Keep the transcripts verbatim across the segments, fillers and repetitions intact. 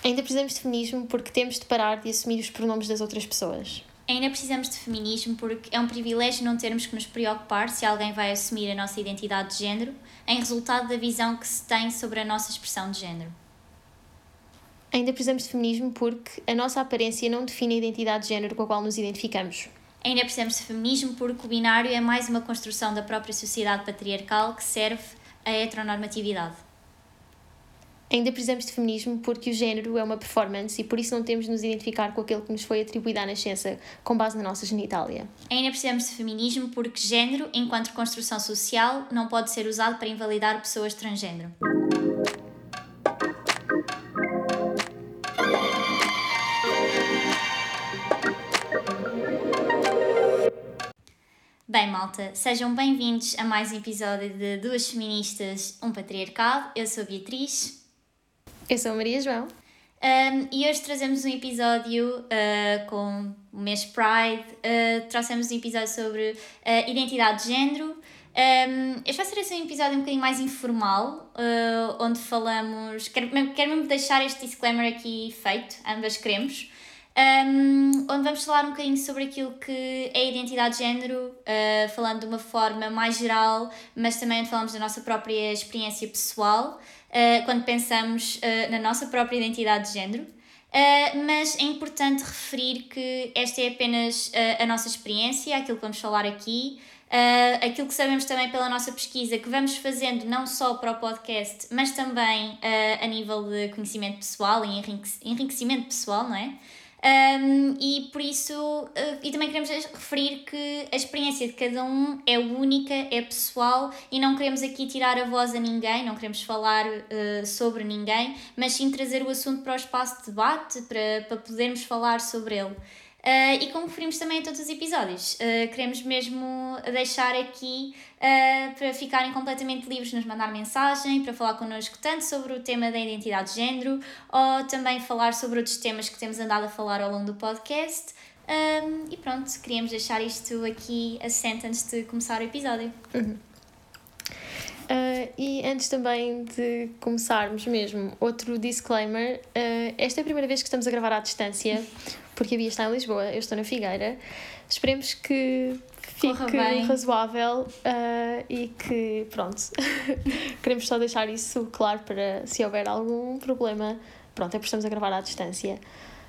Ainda precisamos de feminismo porque temos de parar de assumir os pronomes das outras pessoas. Ainda precisamos de feminismo porque é um privilégio não termos que nos preocupar se alguém vai assumir a nossa identidade de género em resultado da visão que se tem sobre a nossa expressão de género. Ainda precisamos de feminismo porque a nossa aparência não define a identidade de género com a qual nos identificamos. Ainda precisamos de feminismo porque o binário é mais uma construção da própria sociedade patriarcal que serve à heteronormatividade. Ainda precisamos de feminismo porque o género é uma performance e por isso não temos de nos identificar com aquele que nos foi atribuído à nascença com base na nossa genitália. Ainda precisamos de feminismo porque género, enquanto construção social, não pode ser usado para invalidar pessoas transgênero. Bem, malta, sejam bem-vindos a mais um episódio de Duas Feministas, um Patriarcado. Eu sou a Beatriz. Eu sou a Maria João. Um, e hoje trazemos um episódio uh, com o mês Pride. Uh, trouxemos um episódio sobre uh, identidade de género. Um, este vai ser assim, um episódio um bocadinho mais informal, uh, onde falamos... Quero, quero mesmo deixar este disclaimer aqui feito, ambas queremos. Um, onde vamos falar um bocadinho sobre aquilo que é a identidade de género, uh, falando de uma forma mais geral, mas também onde falamos da nossa própria experiência pessoal, uh, quando pensamos uh, na nossa própria identidade de género. Uh, mas é importante referir que esta é apenas uh, a nossa experiência, aquilo que vamos falar aqui, uh, aquilo que sabemos também pela nossa pesquisa, que vamos fazendo não só para o podcast, mas também uh, a nível de conhecimento pessoal e enriquecimento pessoal, não é? Um, e por isso, uh, e também queremos referir que a experiência de cada um é única, é pessoal e não queremos aqui tirar a voz a ninguém, não queremos falar uh, sobre ninguém, mas sim trazer o assunto para o espaço de debate, para, para podermos falar sobre ele. Uh, e como referimos também em todos os episódios, uh, queremos mesmo deixar aqui uh, para ficarem completamente livres de nos mandar mensagem, para falar connosco tanto sobre o tema da identidade de género ou também falar sobre outros temas que temos andado a falar ao longo do podcast. Um, e pronto, queríamos deixar isto aqui assente antes de começar o episódio. Uhum. Uh, e antes também de começarmos mesmo, outro disclaimer, uh, esta é a primeira vez que estamos a gravar à distância, porque a Bia está em Lisboa, eu estou na Figueira. Esperemos que fique razoável uh, e que, pronto, queremos só deixar isso claro para se houver algum problema, pronto, é porque estamos a gravar à distância.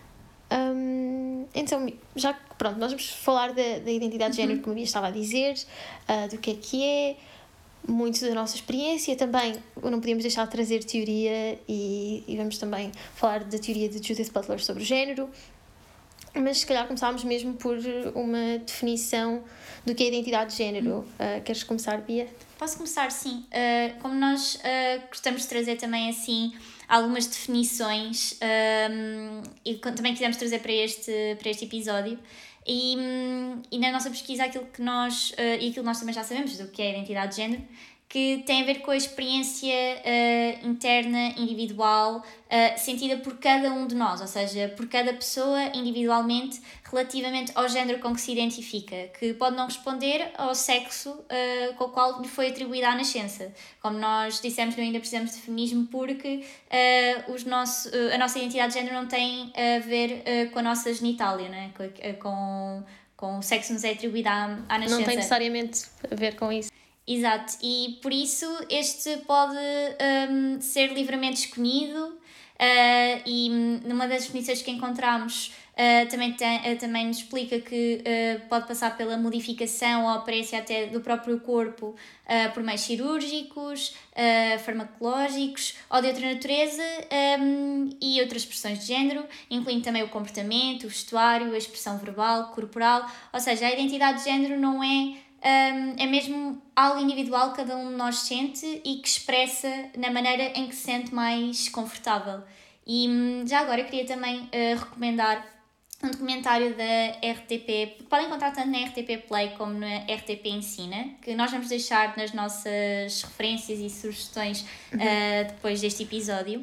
Um, então, já que, pronto, nós vamos falar da, da identidade de género, como a Bia estava a dizer, uh, do que é que é, muito da nossa experiência, também não podíamos deixar de trazer teoria e, e vamos também falar da teoria de Judith Butler sobre o género, mas se calhar começámos mesmo por uma definição do que é identidade de género. Uh, queres começar, Bia? Posso começar, sim. Uh, como nós uh, gostamos de trazer também assim algumas definições um, e também quisemos trazer para este, para este episódio. E, e na nossa pesquisa aquilo que nós, uh, e aquilo que nós também já sabemos do que é a identidade de género, que tem a ver com a experiência uh, interna, individual, uh, sentida por cada um de nós, ou seja, por cada pessoa individualmente relativamente ao género com que se identifica, que pode não responder ao sexo uh, com o qual lhe foi atribuída a nascença. Como nós dissemos, não ainda precisamos de feminismo porque uh, os nosso, uh, a nossa identidade de género não tem a ver uh, com a nossa genitália, não é? com, com, com o sexo que nos é atribuído à, à nascença. Não tem necessariamente a ver com isso. Exato, e por isso este pode um, ser livremente escolhido uh, e numa das definições que encontramos uh, também, tem, uh, também nos explica que uh, pode passar pela modificação ou aparência até do próprio corpo uh, por meios cirúrgicos, uh, farmacológicos ou de outra natureza um, e outras expressões de género, incluindo também o comportamento, o vestuário, a expressão verbal, corporal, ou seja, a identidade de género não é Um, é mesmo algo individual que cada um de nós sente e que expressa na maneira em que se sente mais confortável. E já agora eu queria também uh, recomendar um documentário da R T P, que podem encontrar tanto na R T P Play como na R T P Ensina, que nós vamos deixar nas nossas referências e sugestões uh, depois deste episódio,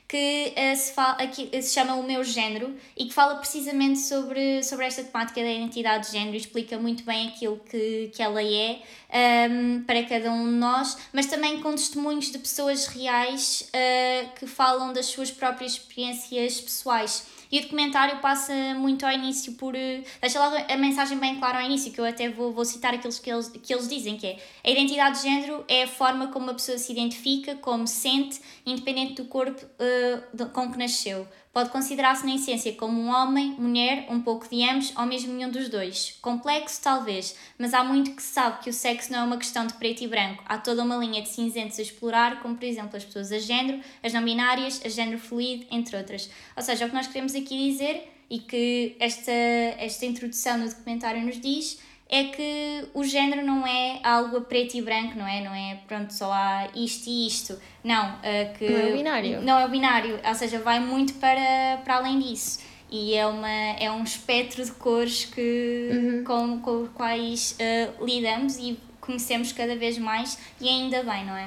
que, uh, se, fala, aqui, se chama O Meu Género e que fala precisamente sobre, sobre esta temática da identidade de género e explica muito bem aquilo que, que ela é um, para cada um de nós, mas também com testemunhos de pessoas reais uh, que falam das suas próprias experiências pessoais. E o documentário passa muito ao início por... Deixa logo a mensagem bem clara ao início, que eu até vou, vou citar aqueles que eles, que eles dizem, que é: a identidade de género é a forma como uma pessoa se identifica, como se sente, independente do corpo uh, com que nasceu. Pode considerar-se na essência como um homem, mulher, um pouco de ambos, ou mesmo nenhum dos dois. Complexo, talvez, mas há muito que se sabe que o sexo não é uma questão de preto e branco. Há toda uma linha de cinzentos a explorar, como por exemplo as pessoas a género, as não binárias, a género fluido, entre outras. Ou seja, o que nós queremos aqui dizer, e que esta, esta introdução no documentário nos diz, é que o género não é algo a preto e branco, não é? Não é, pronto, só há isto e isto. Não, uh, que não é o binário. Não é o binário, ou seja, vai muito para, para além disso. E é, uma, é um espectro de cores que, uhum. com, com os quais uh, lidamos e conhecemos cada vez mais, e ainda bem, não é?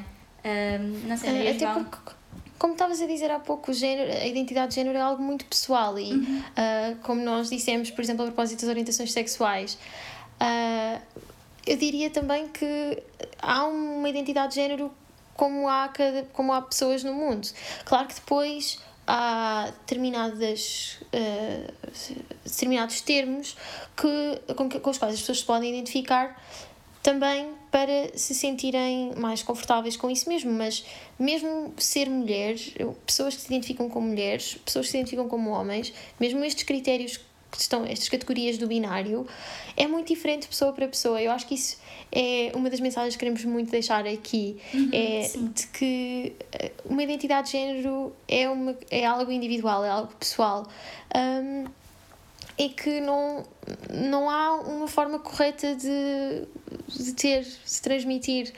Uh, não sei, uh, até João? porque, como estavas a dizer há pouco, o género, a identidade de género é algo muito pessoal e, uhum. uh, como nós dissemos, por exemplo, a propósito das orientações sexuais, Uh, eu diria também que há uma identidade de género como há, cada, como há pessoas no mundo. Claro que depois há determinadas, uh, determinados termos que, com, que, com os quais as pessoas se podem identificar também para se sentirem mais confortáveis com isso mesmo, mas mesmo ser mulher, pessoas que se identificam como mulheres, pessoas que se identificam como homens, mesmo estes critérios que estão, estas categorias do binário, é muito diferente de pessoa para pessoa. Eu acho que isso é uma das mensagens que queremos muito deixar aqui, uhum, é sim. de que uma identidade de género é, uma, é algo individual, é algo pessoal, um, e que não, não há uma forma correta de, de ter, de transmitir,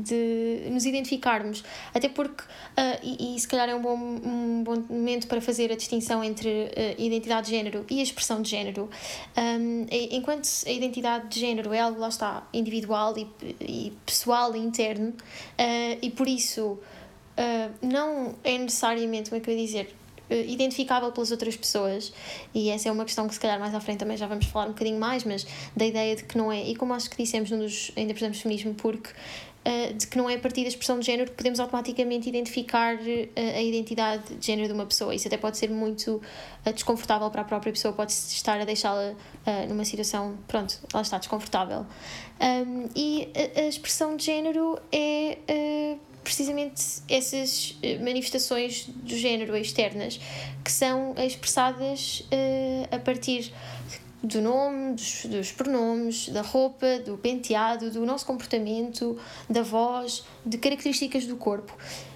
de nos identificarmos. Até porque, uh, e, e se calhar é um bom, um bom momento para fazer a distinção entre uh, identidade de género e a expressão de género. Um, enquanto a identidade de género é algo, lá está, individual e, e pessoal e interno, uh, e por isso uh, não é necessariamente, como é que eu ia dizer, identificável pelas outras pessoas, e essa é uma questão que se calhar mais à frente também já vamos falar um bocadinho mais, mas da ideia de que não é, e como acho que dissemos num dos ainda precisamos de feminismo, porque uh, de que não é a partir da expressão de género que podemos automaticamente identificar uh, a identidade de género de uma pessoa. Isso até pode ser muito uh, desconfortável para a própria pessoa, pode estar a deixá-la uh, numa situação, pronto, ela está desconfortável. Um, e a, a expressão de género é uh, precisamente essas manifestações do género externas que são expressadas uh, a partir do nome, dos, dos pronomes, da roupa, do penteado, do nosso comportamento, da voz, de características do corpo,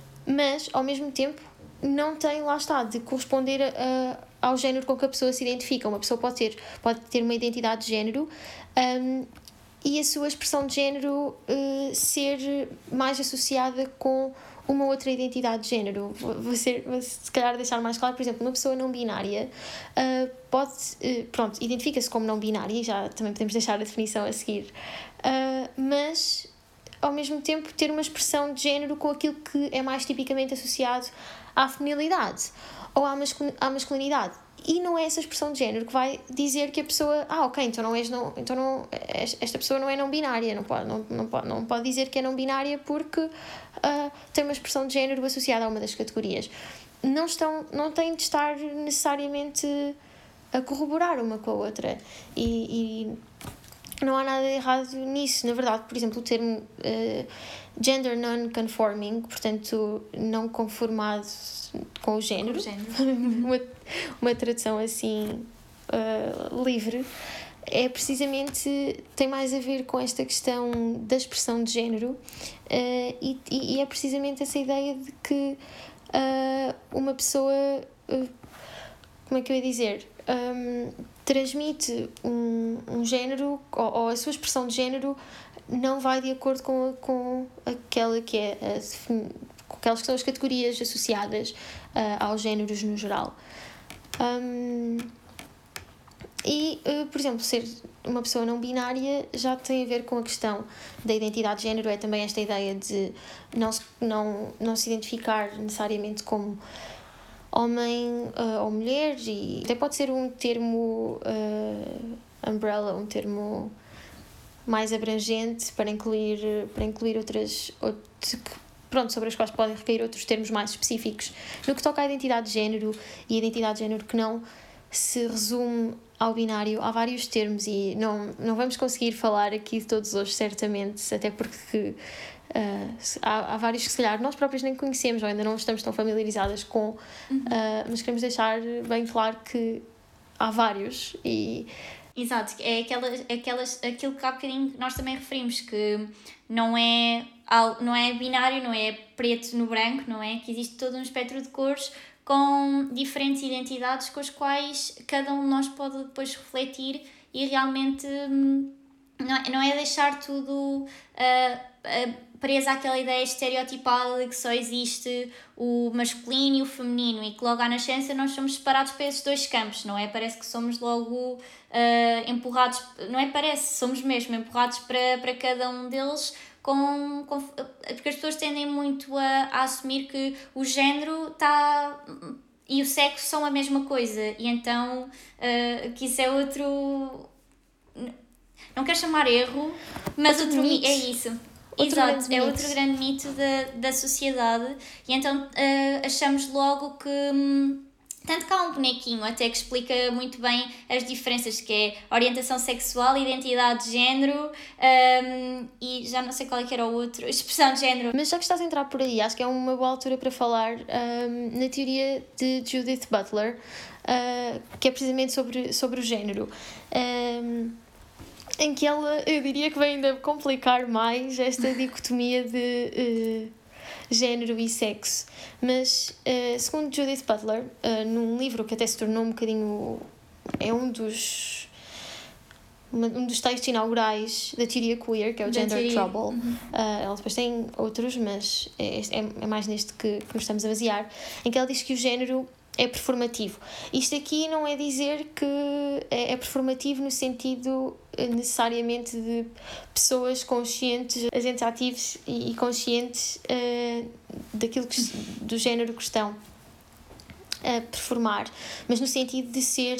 mas ao mesmo tempo não tem, lá está, de corresponder a, a, ao género com que a pessoa se identifica. Uma pessoa pode ter, pode ter uma identidade de género um, e a sua expressão de género uh, ser mais associada com uma outra identidade de género. Vou, ser, vou se calhar deixar mais claro, por exemplo, uma pessoa não binária uh, pode, uh, pronto, identifica-se como não binária, e já também podemos deixar a definição a seguir, uh, mas ao mesmo tempo ter uma expressão de género com aquilo que é mais tipicamente associado à feminilidade ou à, mascul- à masculinidade. E não é essa expressão de género que vai dizer que a pessoa, ah, ok, então, não és não, então não, esta pessoa não é não binária, não pode, não, não pode, não pode dizer que é não binária porque uh, tem uma expressão de género associada a uma das categorias. Não, estão, não têm de estar necessariamente a corroborar uma com a outra. E, e não há nada de errado nisso. Na verdade, por exemplo, o termo uh, gender non-conforming, portanto, não conformado com o género, com o género. uma, uma tradução assim uh, livre, é precisamente, tem mais a ver com esta questão da expressão de género, uh, e, e é precisamente essa ideia de que uh, uma pessoa, uh, como é que eu ia dizer, um, transmite um, um género, ou, ou a sua expressão de género não vai de acordo com, a, com aquela que é a, com aquelas que são as categorias associadas uh, aos géneros no geral. Um, e, uh, por exemplo, ser uma pessoa não binária já tem a ver com a questão da identidade de género, é também esta ideia de não se, não, não se identificar necessariamente como homem uh, ou mulher, e até pode ser um termo uh, umbrella, um termo mais abrangente para incluir, para incluir outras, outras pronto, sobre as quais podem recair outros termos mais específicos. No que toca à identidade de género e identidade de género que não se resume ao binário, há vários termos e não, não vamos conseguir falar aqui de todos hoje, certamente, até porque uh, há, há vários que se calhar nós próprios nem conhecemos ou ainda não estamos tão familiarizadas com, uh, mas queremos deixar bem claro que há vários e... Exato, é aquelas, aquelas, aquilo que há bocadinho nós também referimos, que não é, não é binário, não é preto no branco, não é? Que existe todo um espectro de cores com diferentes identidades com as quais cada um de nós pode depois refletir e realmente não é, não é deixar tudo uh, uh, preso àquela ideia estereotipada de que só existe o masculino e o feminino e que logo à nascença nós somos separados para esses dois campos, não é? Parece que somos logo uh, empurrados, não é parece, somos mesmo empurrados para, para cada um deles. Com, com, porque as pessoas tendem muito a, a assumir que o género está e o sexo são a mesma coisa e então uh, que isso é outro, não quero chamar erro, mas outro, outro mito, é isso outro exato, é outro grande mito da, da sociedade e então uh, achamos logo que hum, tanto que há um bonequinho até que explica muito bem as diferenças, que é orientação sexual, identidade de género um, e já não sei qual é que era o outro, expressão de género. Mas já que estás a entrar por aí, acho que é uma boa altura para falar um, na teoria de Judith Butler, uh, que é precisamente sobre, sobre o género. Um, em que ela, eu diria que vem ainda complicar mais esta dicotomia de... Uh, género e sexo, mas uh, segundo Judith Butler, uh, num livro que até se tornou um bocadinho, é um dos uma, um dos textos inaugurais da teoria queer, que é o Gender teoria. Trouble. Uhum. Uh, ela depois tem outros, mas é, é, é mais neste que, que nos estamos a basear, em que ela diz que o género é performativo. Isto aqui não é dizer que é, é performativo no sentido necessariamente de pessoas conscientes, agentes ativos e, e conscientes uh, daquilo que, do género que estão a performar, mas no sentido de ser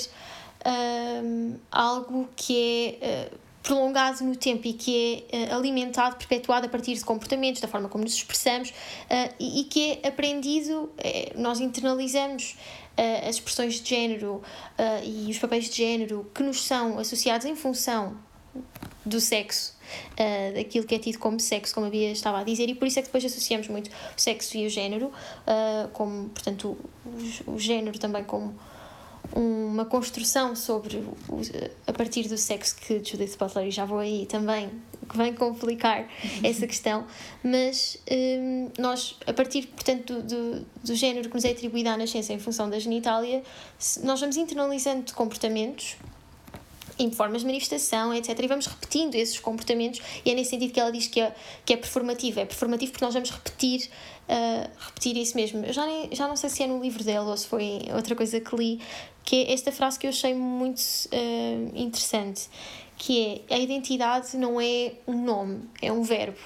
uh, algo que é uh, prolongado no tempo e que é uh, alimentado, perpetuado a partir de comportamentos, da forma como nos expressamos uh, e, e que é aprendido, uh, nós internalizamos uh, as expressões de género uh, e os papéis de género que nos são associados em função do sexo, uh, daquilo que é tido como sexo, como a Bia estava a dizer, e por isso é que depois associamos muito o sexo e o género, uh, como, portanto, o, o género também como uma construção sobre o, a partir do sexo, que Judith Butler, e já vou aí também, que vem complicar essa questão, mas um, nós, a partir, portanto, do, do, do género que nos é atribuído à nascença em função da genitália, nós vamos internalizando comportamentos em formas de manifestação, etcétera. E vamos repetindo esses comportamentos, e é nesse sentido que ela diz que é, que é performativo. É performativo porque nós vamos repetir, uh, repetir isso mesmo. Eu já, nem, já não sei se é no livro dela ou se foi outra coisa que li, que é esta frase que eu achei muito uh, interessante, que é: a identidade não é um nome, é um verbo.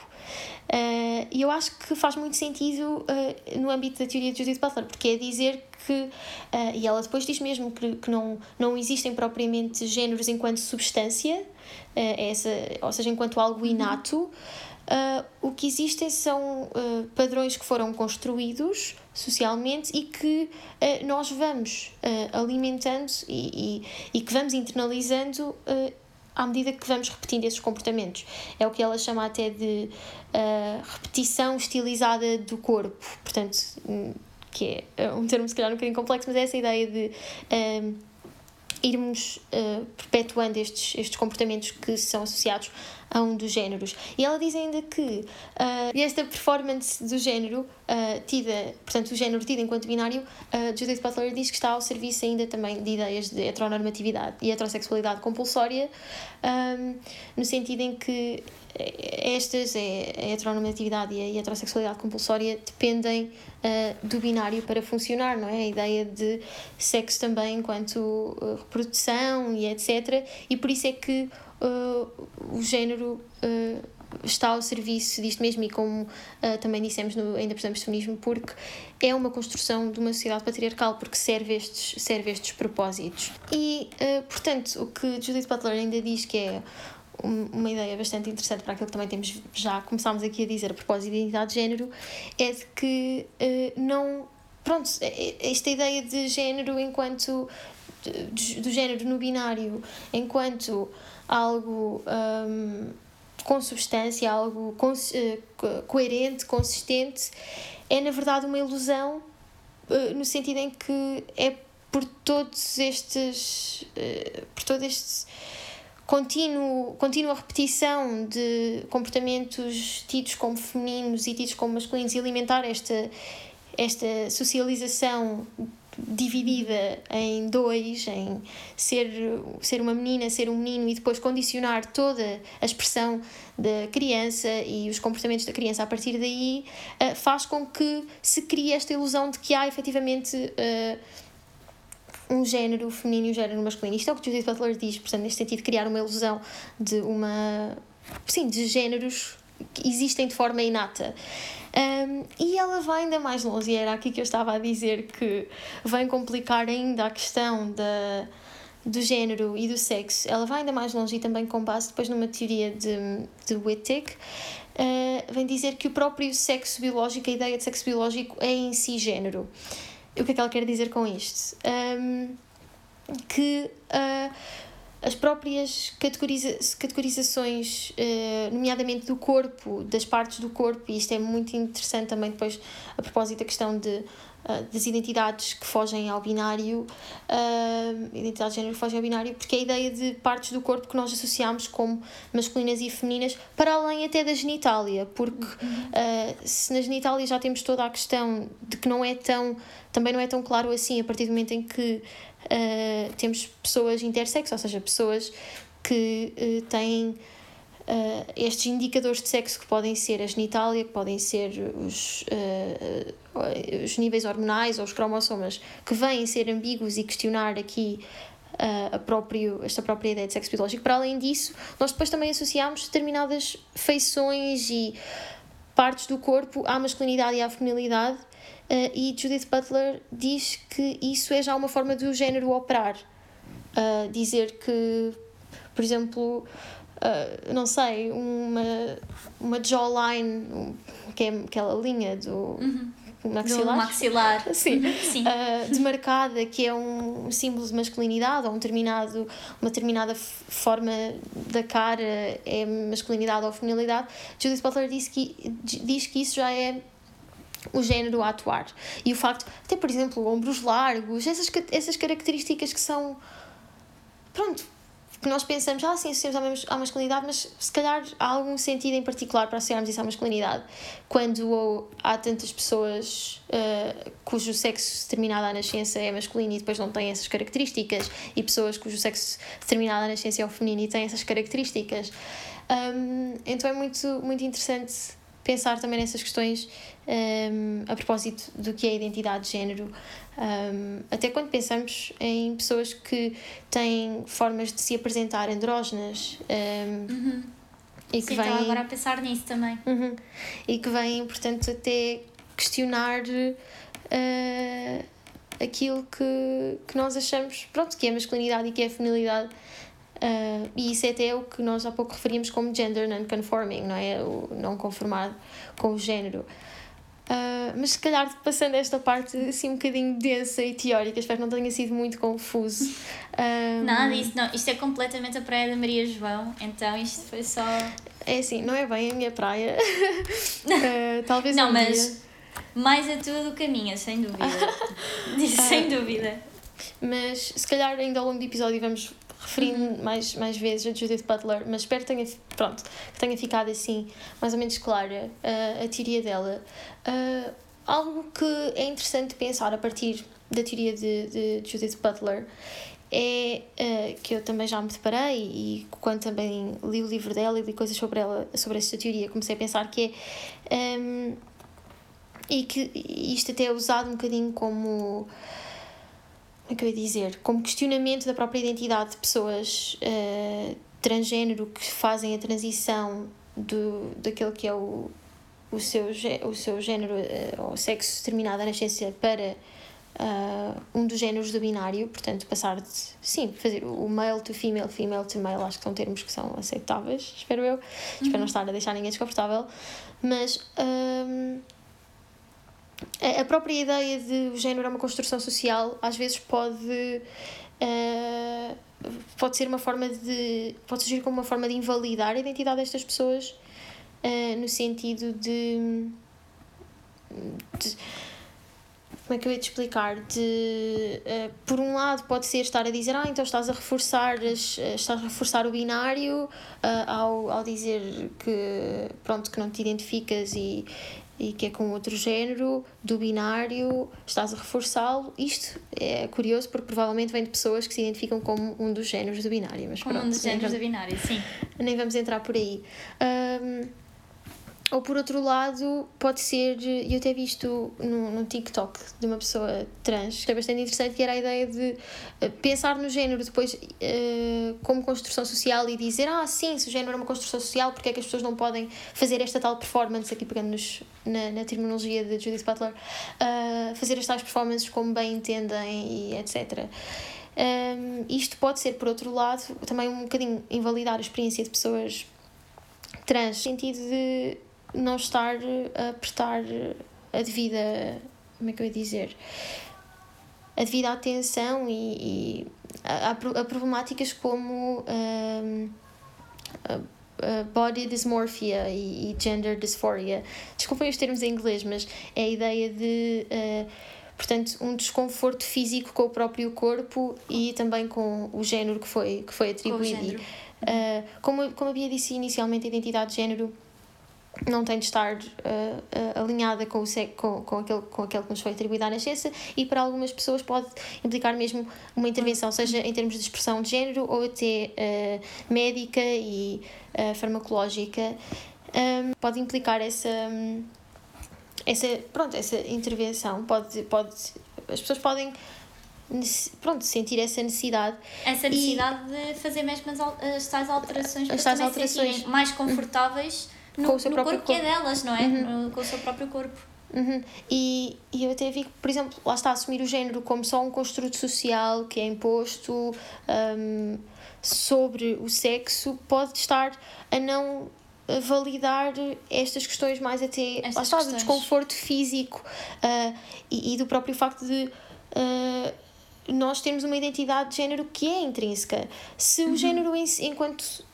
Uh, e eu acho que faz muito sentido uh, no âmbito da teoria de Judith Butler, porque é dizer que, uh, e ela depois diz mesmo que, que não, não existem propriamente géneros enquanto substância, uh, essa, ou seja, enquanto algo inato. Uh, o que existem são uh, padrões que foram construídos socialmente e que uh, nós vamos uh, alimentando e, e, e que vamos internalizando uh, à medida que vamos repetindo esses comportamentos. É o que ela chama até de uh, repetição estilizada do corpo, portanto, que é um termo se calhar um bocadinho complexo, mas é essa ideia de uh, irmos uh, perpetuando estes, estes comportamentos que são associados a um dos géneros. E ela diz ainda que uh, esta performance do género, uh, tida, portanto, o género tido enquanto binário, uh, Judith Butler diz que está ao serviço ainda também de ideias de heteronormatividade e heterossexualidade compulsória, um, no sentido em que estas, a heteronormatividade e a heterossexualidade compulsória, dependem uh, do binário para funcionar, não é? A ideia de sexo também enquanto uh, reprodução e etcétera. E por isso é que Uh, o género uh, está ao serviço disto mesmo e como uh, também dissemos no Ainda Precisamos de Feminismo, porque é uma construção de uma sociedade patriarcal, porque serve estes, serve estes propósitos. E, uh, portanto, o que Judith Butler ainda diz que é uma ideia bastante interessante para aquilo que também temos, já começámos aqui a dizer a propósito de identidade de género, é de que uh, não... Pronto, esta ideia de género enquanto... De, do género no binário enquanto algo um, com substância, algo cons, uh, coerente, consistente, é na verdade uma ilusão, uh, no sentido em que é por todos estes... Uh, por todo este... Contínuo, contínua repetição de comportamentos tidos como femininos e tidos como masculinos e alimentar esta, esta socialização dividida em dois, em ser, ser uma menina, ser um menino, e depois condicionar toda a expressão da criança e os comportamentos da criança a partir daí, faz com que se crie esta ilusão de que há efetivamente um género feminino e um género masculino. Isto é o que Judith Butler diz, portanto, neste sentido, criar uma ilusão de uma... Sim, de géneros que existem de forma inata. Um, e ela vai ainda mais longe, e era aqui que eu estava a dizer que vem complicar ainda a questão da, do género e do sexo. Ela vai ainda mais longe e também com base depois numa teoria de, de Wittig, uh, vem dizer que o próprio sexo biológico, a ideia de sexo biológico é em si género. O que é que ela quer dizer com isto? Um, que uh, as próprias categoriza categorizações, uh, nomeadamente do corpo, das partes do corpo, e isto é muito interessante também depois a propósito da questão de, uh, das identidades que fogem ao binário, uh, identidade de género que fogem ao binário, porque é a ideia de partes do corpo que nós associamos como masculinas e femininas, para além até da genitália, porque uh, se na genitália já temos toda a questão de que não é tão, também não é tão claro assim, a partir do momento em que Uh, temos pessoas intersexo, ou seja, pessoas que uh, têm uh, estes indicadores de sexo que podem ser a genitália, que podem ser os, uh, uh, os níveis hormonais ou os cromossomas, que vêm ser ambíguos e questionar aqui uh, a próprio, esta própria ideia de sexo biológico. Para além disso, nós depois também associamos determinadas feições e partes do corpo à masculinidade e à feminilidade. Uh, e Judith Butler diz que isso é já uma forma do género operar. Uh, dizer que, por exemplo, uh, não sei, uma, uma jawline, que é aquela linha do uhum. maxilar, do maxilar. Sim. Sim. Uh, demarcada, que é um símbolo de masculinidade, ou um determinado, uma determinada forma da cara é masculinidade ou feminilidade. Judith Butler diz que, diz que isso já é o género a atuar. E o facto, até por exemplo, ombros largos, essas, essas características que são, pronto, que nós pensamos, ah, sim, associamos à masculinidade, mas se calhar há algum sentido em particular para associarmos isso à masculinidade, quando ou, há tantas pessoas uh, cujo sexo determinado à nascença é masculino e depois não têm essas características, e pessoas cujo sexo determinado à nascença é o feminino e têm essas características. Um, então é muito, muito interessante pensar também nessas questões um, a propósito do que é a identidade de género, um, até quando pensamos em pessoas que têm formas de se apresentar andrógenas, um, uhum. e Sim, que vêm, estava agora a pensar nisso também. Uhum, e que vêm, portanto, até questionar uh, aquilo que, que nós achamos, pronto, que é a masculinidade e que é a feminilidade. Uh, e isso é até o que nós há pouco referimos como gender non-conforming, não é? O não conformado com o género. Uh, mas se calhar passando esta parte assim um bocadinho densa e teórica, espero que não tenha sido muito confuso. Um, Nada, isso não, isto é completamente a praia da Maria João, então isto foi só... É assim, não é bem a minha praia. uh, talvez não, um mas dia. Mais a tua do que a minha, sem dúvida. Sem uh, dúvida. Mas se calhar ainda ao longo do episódio vamos referindo uhum. mais, mais vezes a Judith Butler, mas espero que tenha, pronto, que tenha ficado assim mais ou menos clara uh, a teoria dela. Uh, algo que é interessante pensar a partir da teoria de, de Judith Butler é uh, que eu também já me deparei, e quando também li o livro dela e li coisas sobre ela, sobre esta teoria, comecei a pensar que é um, e que isto até é usado um bocadinho como, como é que eu ia dizer, como questionamento da própria identidade de pessoas uh, transgénero que fazem a transição do, daquele que é o, o, seu, o seu género ou sexo determinado à nascença para uh, um dos géneros do binário, portanto passar de, sim, fazer o male to female, female to male, acho que são termos que são aceitáveis, espero eu, uhum. Espero não estar a deixar ninguém desconfortável, mas um, a, a própria ideia de o género é uma construção social às vezes pode uh, pode ser uma forma de pode surgir como uma forma de invalidar a identidade destas pessoas, uh, no sentido de, de como é que eu ia te explicar? De, uh, por um lado pode ser estar a dizer, ah, então estás a reforçar, as, estás a reforçar o binário uh, ao, ao dizer que, pronto, que não te identificas e, e que é com outro género do binário, estás a reforçá-lo. Isto é curioso porque provavelmente vem de pessoas que se identificam como um dos géneros do binário. Mas como pronto, um dos géneros do binário, sim. Nem vamos entrar por aí. Um, Ou por outro lado, pode ser, eu até vi isto no, no TikTok de uma pessoa trans, que é bastante interessante, que era a ideia de pensar no género depois uh, como construção social e dizer, ah, sim, se o género é uma construção social, porque é que as pessoas não podem fazer esta tal performance, aqui pegando-nos na, na terminologia de Judith Butler, uh, fazer estas tais performances como bem entendem e etcétera. Um, isto pode ser, por outro lado, também um bocadinho invalidar a experiência de pessoas trans, no sentido de não estar a prestar a devida, como é que eu ia dizer, a devida atenção e, e a, a problemáticas como um, a, a body dysmorphia e, e gender dysphoria. Desculpem os termos em inglês, mas é a ideia de uh, portanto, um desconforto físico com o próprio corpo e também com o género que foi, que foi atribuído. Uh, como, como havia dito inicialmente, a identidade de género não tem de estar uh, uh, alinhada com, o sec, com, com, aquele, com aquele que nos foi atribuído à nascença, e para algumas pessoas pode implicar mesmo uma intervenção, seja em termos de expressão de género ou até uh, médica e uh, farmacológica. Um, pode implicar essa, essa, pronto, essa intervenção. Pode, pode, as pessoas podem pronto, sentir essa necessidade. Essa necessidade e, de fazer mesmo as, as tais alterações as para tais também alterações. se sentirem mais confortáveis no, com o seu no próprio corpo, corpo que é delas, não é? Uhum. No, com o seu próprio corpo. Uhum. E, e eu até vi que, por exemplo, lá está, assumir o género como só um construto social que é imposto um, sobre o sexo pode estar a não validar estas questões mais até lá está, do desconforto físico uh, e, e do próprio facto de uh, nós termos uma identidade de género que é intrínseca. Se o uhum. género em, enquanto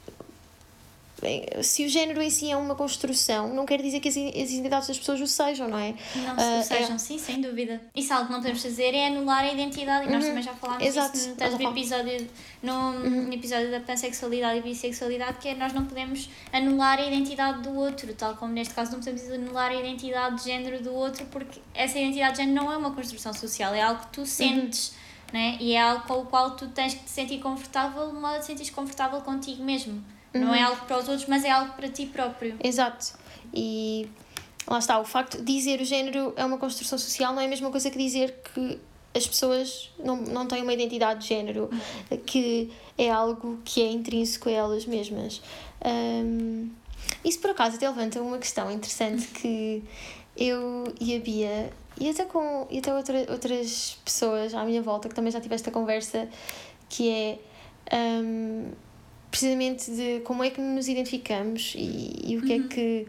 se o género em si é uma construção, não quer dizer que as identidades das pessoas o sejam, não é? Não uh, o sejam, é... sim, sem dúvida. Isso algo que não podemos fazer é anular a identidade, e nós uhum. também já falámos Exato. disso no, tanto no episódio, no, uhum. no episódio da pansexualidade e bissexualidade, que é nós não podemos anular a identidade do outro, tal como neste caso não podemos anular a identidade de género do outro, porque essa identidade de género não é uma construção social, é algo que tu sentes, uhum. né? E é algo com o qual tu tens que te sentir confortável, de modo a te sentir confortável contigo mesmo. Não uhum. é algo para os outros, mas é algo para ti próprio. Exato. E lá está, o facto de dizer o género é uma construção social não é a mesma coisa que dizer que as pessoas não, não têm uma identidade de género, uhum. que é algo que é intrínseco a elas mesmas. Um, isso, por acaso, até levanta uma questão interessante que eu e a Bia, e até, com, e até outra, outras pessoas à minha volta que também já tive esta conversa, que é... Um, precisamente de como é que nos identificamos e, e o que uhum. é que...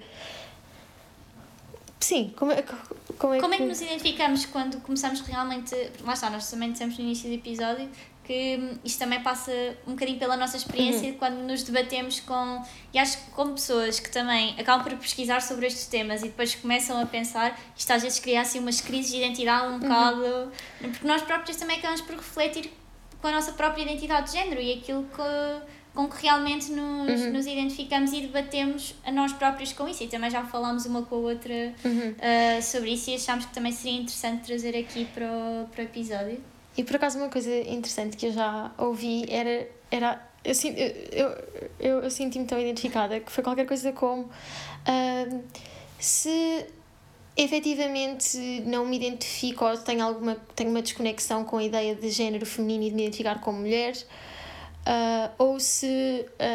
Sim, como é, como é como que... é que nos identificamos quando começamos realmente... Lá está, nós também dissemos no início do episódio que isto também passa um bocadinho pela nossa experiência uhum. quando nos debatemos com... E acho que com pessoas que também acabam por pesquisar sobre estes temas e depois começam a pensar, isto às vezes cria assim umas crises de identidade um bocado... Uhum. Porque nós próprios também acabamos por refletir com a nossa própria identidade de género e aquilo que... com que realmente nos, uhum. nos identificamos e debatemos a nós próprios com isso, e também já falámos uma com a outra uhum. uh, sobre isso, e achámos que também seria interessante trazer aqui para o, para o episódio. E por acaso uma coisa interessante que eu já ouvi era, era eu, eu, eu, eu senti-me tão identificada, que foi qualquer coisa como uh, se efetivamente não me identifico ou tenho, alguma, tenho uma desconexão com a ideia de género feminino e de me identificar como mulher, Uh, ou se uh,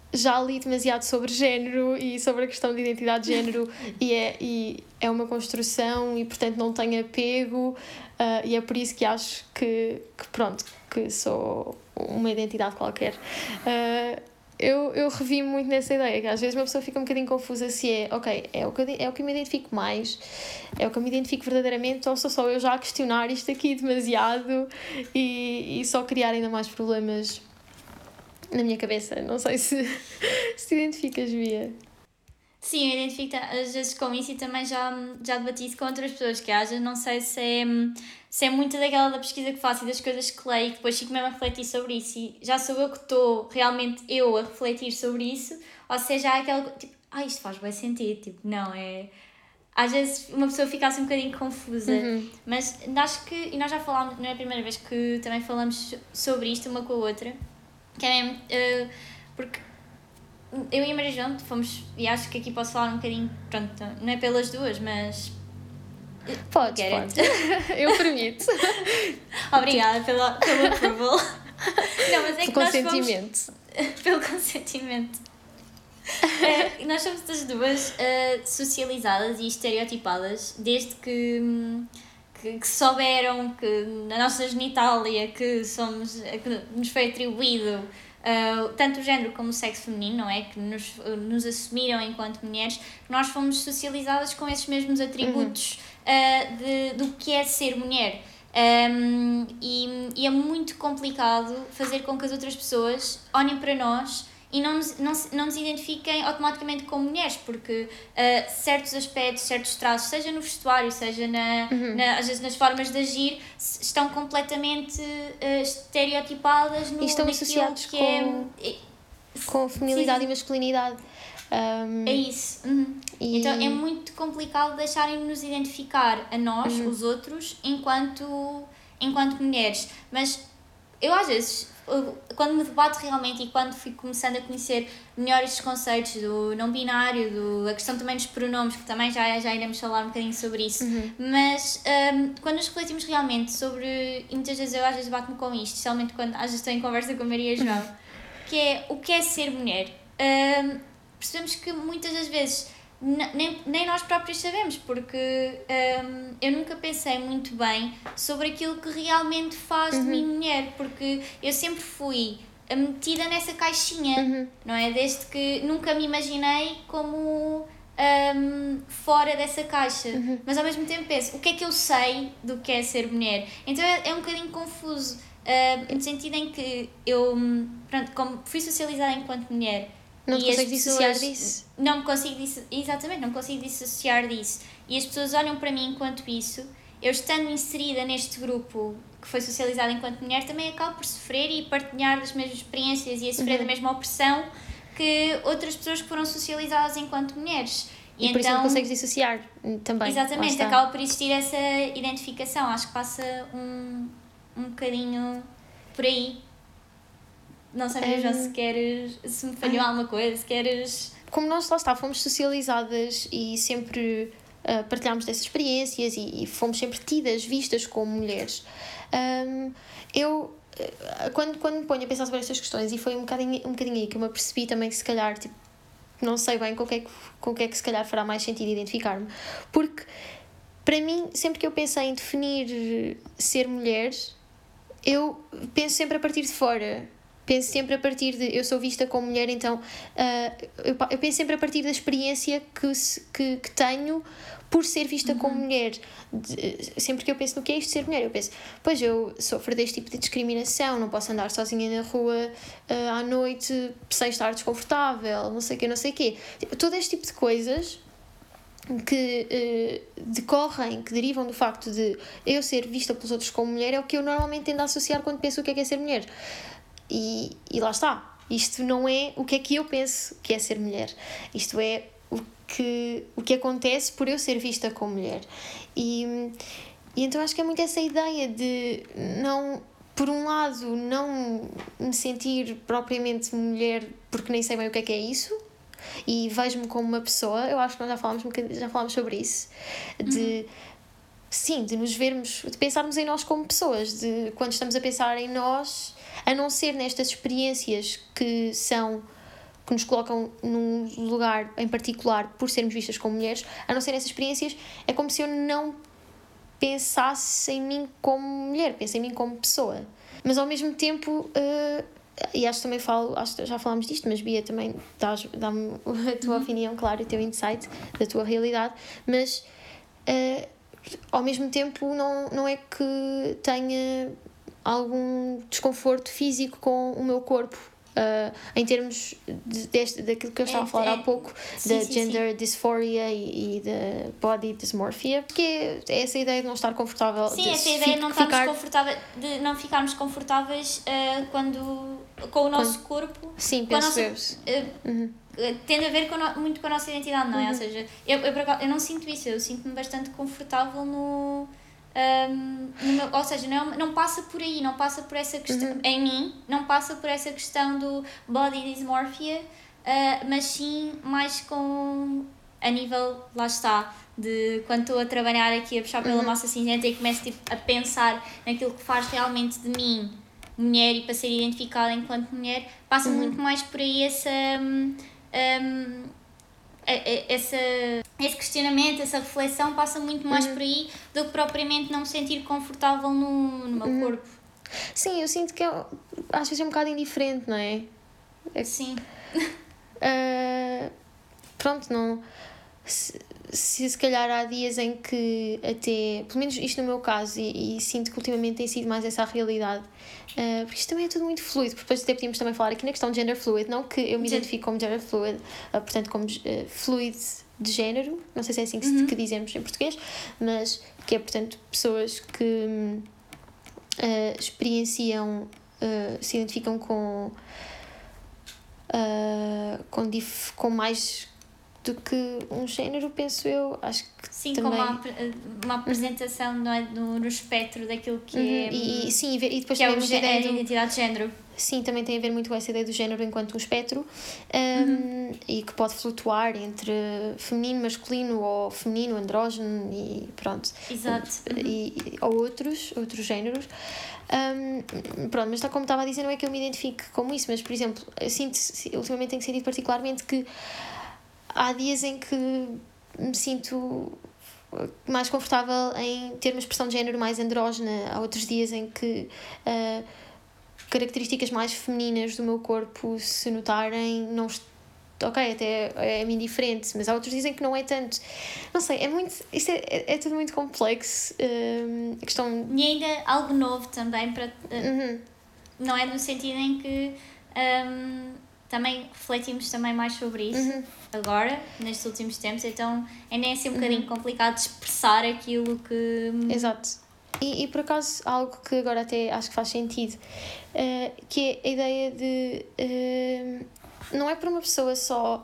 já li demasiado sobre género e sobre a questão de identidade de género e é, e é uma construção e portanto não tenho apego, uh, e é por isso que acho que, que pronto, que sou uma identidade qualquer. Uh, eu, eu revi muito nessa ideia, que às vezes uma pessoa fica um bocadinho confusa se é, ok, é o que, eu, é o que eu me identifico mais, é o que eu me identifico verdadeiramente, ou sou só eu já a questionar isto aqui demasiado e, e só criar ainda mais problemas na minha cabeça. Não sei se, se te identificas, Bia. Sim, eu identifico às vezes com isso e também já, já debati isso com outras pessoas, que às vezes não sei se é, se é muito daquela da pesquisa que faço e das coisas que leio, que depois fico mesmo a refletir sobre isso e já sou eu que estou realmente eu a refletir sobre isso, ou seja, há aquela tipo, ah, isto faz bem sentido, tipo, não, é... Às vezes uma pessoa fica assim um bocadinho confusa, uhum. Mas acho que, e nós já falámos, não é a primeira vez que também falamos sobre isto uma com a outra, que é mesmo, uh, porque eu e a Maria João fomos, e acho que aqui posso falar um bocadinho, pronto, não é pelas duas, mas... Podes, pode. Eu permito. Obrigada pelo, pelo approval. Não, mas é pelo que consentimento. Nós fomos, pelo consentimento. É, nós somos as duas uh, socializadas e estereotipadas desde que, que, que souberam que na nossa genitália que, somos, que nos foi atribuído Uh, tanto o género como o sexo feminino, não é? Que nos, uh, nos assumiram enquanto mulheres, nós fomos socializadas com esses mesmos atributos uhum. uh, de, do que é ser mulher. Um, e, e é muito complicado fazer com que as outras pessoas olhem para nós e não nos, não, não nos identifiquem automaticamente como mulheres, porque uh, certos aspectos, certos traços, seja no vestuário, seja na, uhum. na, às vezes nas formas de agir, estão completamente uh, estereotipadas no, e estão associados que com, é, com feminilidade sim, sim. e masculinidade. Um, é isso. Uhum. E... Então é muito complicado deixarem-nos identificar a nós, uhum. os outros, enquanto, enquanto mulheres. Mas eu às vezes... quando me debato realmente e quando fui começando a conhecer melhor estes conceitos do não binário, do, a questão também dos pronomes, que também já, já iremos falar um bocadinho sobre isso, uhum. mas um, quando nos refletimos realmente sobre, e muitas vezes eu às vezes bato-me com isto, especialmente quando às vezes estou em conversa com a Maria e João, que é o que é ser mulher. Um, percebemos que muitas das vezes nem, nem nós próprios sabemos, porque um, eu nunca pensei muito bem sobre aquilo que realmente faz uhum. de mim mulher, porque eu sempre fui metida nessa caixinha, uhum. não é? Desde que nunca me imaginei como um, fora dessa caixa, uhum. mas ao mesmo tempo penso, o que é que eu sei do que é ser mulher? Então é, é um bocadinho confuso, uh, no sentido em que eu, pronto, como fui socializada enquanto mulher, não te consegues dissociar disso? Não me consigo dissociar, exatamente, não me consigo dissociar disso. E as pessoas olham para mim enquanto isso, eu estando inserida neste grupo que foi socializado enquanto mulher, também acabo por sofrer e partilhar das mesmas experiências e a sofrer uhum. da mesma opressão que outras pessoas que foram socializadas enquanto mulheres. E, e por então, isso não consegues dissociar também. Exatamente, acaba por existir essa identificação. Acho que passa um, um bocadinho por aí. Não sei mesmo um, se queres, se me falhou ai, alguma coisa, se queres... Como nós lá está, fomos socializadas e sempre uh, partilhámos dessas experiências e, e fomos sempre tidas, vistas como mulheres. Um, eu, uh, quando, quando me ponho a pensar sobre estas questões, e foi um bocadinho, um bocadinho aí que eu me apercebi também que se calhar, tipo, não sei bem com o que é que, com o que é que se calhar fará mais sentido identificar-me. Porque, para mim, sempre que eu pensei em definir ser mulher, eu penso sempre a partir de fora. Penso sempre a partir de... Eu sou vista como mulher, então... Uh, eu, eu penso sempre a partir da experiência que, que, que tenho por ser vista uhum. como mulher. De, sempre que eu penso no que é isto de ser mulher, eu penso... Pois, eu sofro deste tipo de discriminação, não posso andar sozinha na rua uh, à noite sem estar desconfortável, não sei o quê, não sei o quê. Todo este tipo de coisas que uh, decorrem, que derivam do facto de eu ser vista pelos outros como mulher é o que eu normalmente tendo a associar quando penso o que é que é ser mulher. E, e lá está, isto não é o que é que eu penso que é ser mulher, isto é o que, o que acontece por eu ser vista como mulher. E, e então acho que é muito essa ideia de não, por um lado, não me sentir propriamente mulher porque nem sei bem o que é que é isso e vejo-me como uma pessoa. Eu acho que nós já falámos, já falámos sobre isso, de uhum. sim, de nos vermos, de pensarmos em nós como pessoas, de quando estamos a pensar em nós, a não ser nestas experiências que são que nos colocam num lugar em particular por sermos vistas como mulheres, a não ser nessas experiências, é como se eu não pensasse em mim como mulher, penso em mim como pessoa. Mas ao mesmo tempo, uh, e acho que também falo, acho que já falámos disto, mas Bia também dá-me a tua uhum. opinião, claro, e o teu insight da tua realidade, mas uh, ao mesmo tempo não, não é que tenha algum desconforto físico com o meu corpo. Uh, em termos de, deste, daquilo que eu estava é, a falar é, há pouco, sim, da sim, gender sim. dysphoria e, e da body dysmorphia, porque é essa ideia de não estar confortável. Sim, de essa ideia de não, ficar... confortável, de não ficarmos confortáveis uh, quando, com o nosso quando... corpo. Sim, penso eu. Uh, uhum. Tem a ver com no, muito com a nossa identidade, não é? Uhum. Ou seja, eu, eu, eu não sinto isso, eu sinto-me bastante confortável no. Um, no meu, ou seja, não, não passa por aí, não passa por essa questão, uhum. em mim, não passa por essa questão do body dysmorphia, uh, mas sim mais com, a nível, lá está, de quando estou a trabalhar aqui a puxar pela uhum. massa cinzenta e começo tipo, a pensar naquilo que faz realmente de mim mulher e para ser identificada enquanto mulher, passa uhum. muito mais por aí essa... Um, um, Essa, esse questionamento, essa reflexão passa muito mais uhum. por aí do que propriamente não me sentir confortável no, no meu uhum. corpo. Sim, eu sinto que é, às vezes é um bocado indiferente, não é? é Sim. Uh, pronto, não... Se, se se calhar há dias em que até, pelo menos isto no meu caso, e, e sinto que ultimamente tem sido mais essa a realidade, uh, porque isto também é tudo muito fluido, porque depois até podíamos também falar aqui na questão de gender fluid, não que eu me identifico como gender fluid, uh, portanto como uh, fluid de género, não sei se é assim que, uhum. que dizemos em português, mas que é portanto pessoas que uh, experienciam, uh, se identificam com, uh, com, dif, com mais do que um género, penso eu, acho que sim, também... como uma, uma apresentação uhum. não é, no, no espectro daquilo que uhum. é... E, sim, e depois que é também o a ideia do, identidade de género. Sim, também tem a ver muito com essa ideia do género enquanto um espectro, um, uhum. e que pode flutuar entre feminino, masculino ou feminino, andrógeno e pronto. Exato. Uhum. E, ou outros, outros géneros. Um, pronto, mas como estava a dizer, não é que eu me identifique como isso, mas por exemplo, eu sinto, ultimamente tenho sentido particularmente que há dias em que me sinto mais confortável em ter uma expressão de género mais andrógena, há outros dias em que uh, características mais femininas do meu corpo se notarem, não ok, até é-me indiferente, mas há outros dias em que não é tanto. Não sei, é muito, isto é, é, é tudo muito complexo. Um, a questão... E ainda algo novo também, para, uh, uhum. não é no sentido em que um, também refletimos também mais sobre isso uhum. agora, nestes últimos tempos, então ainda é assim um uhum. bocadinho complicado de expressar aquilo que... Exato. E, e por acaso, algo que agora até acho que faz sentido, uh, que é a ideia de... Uh, não é para uma pessoa só...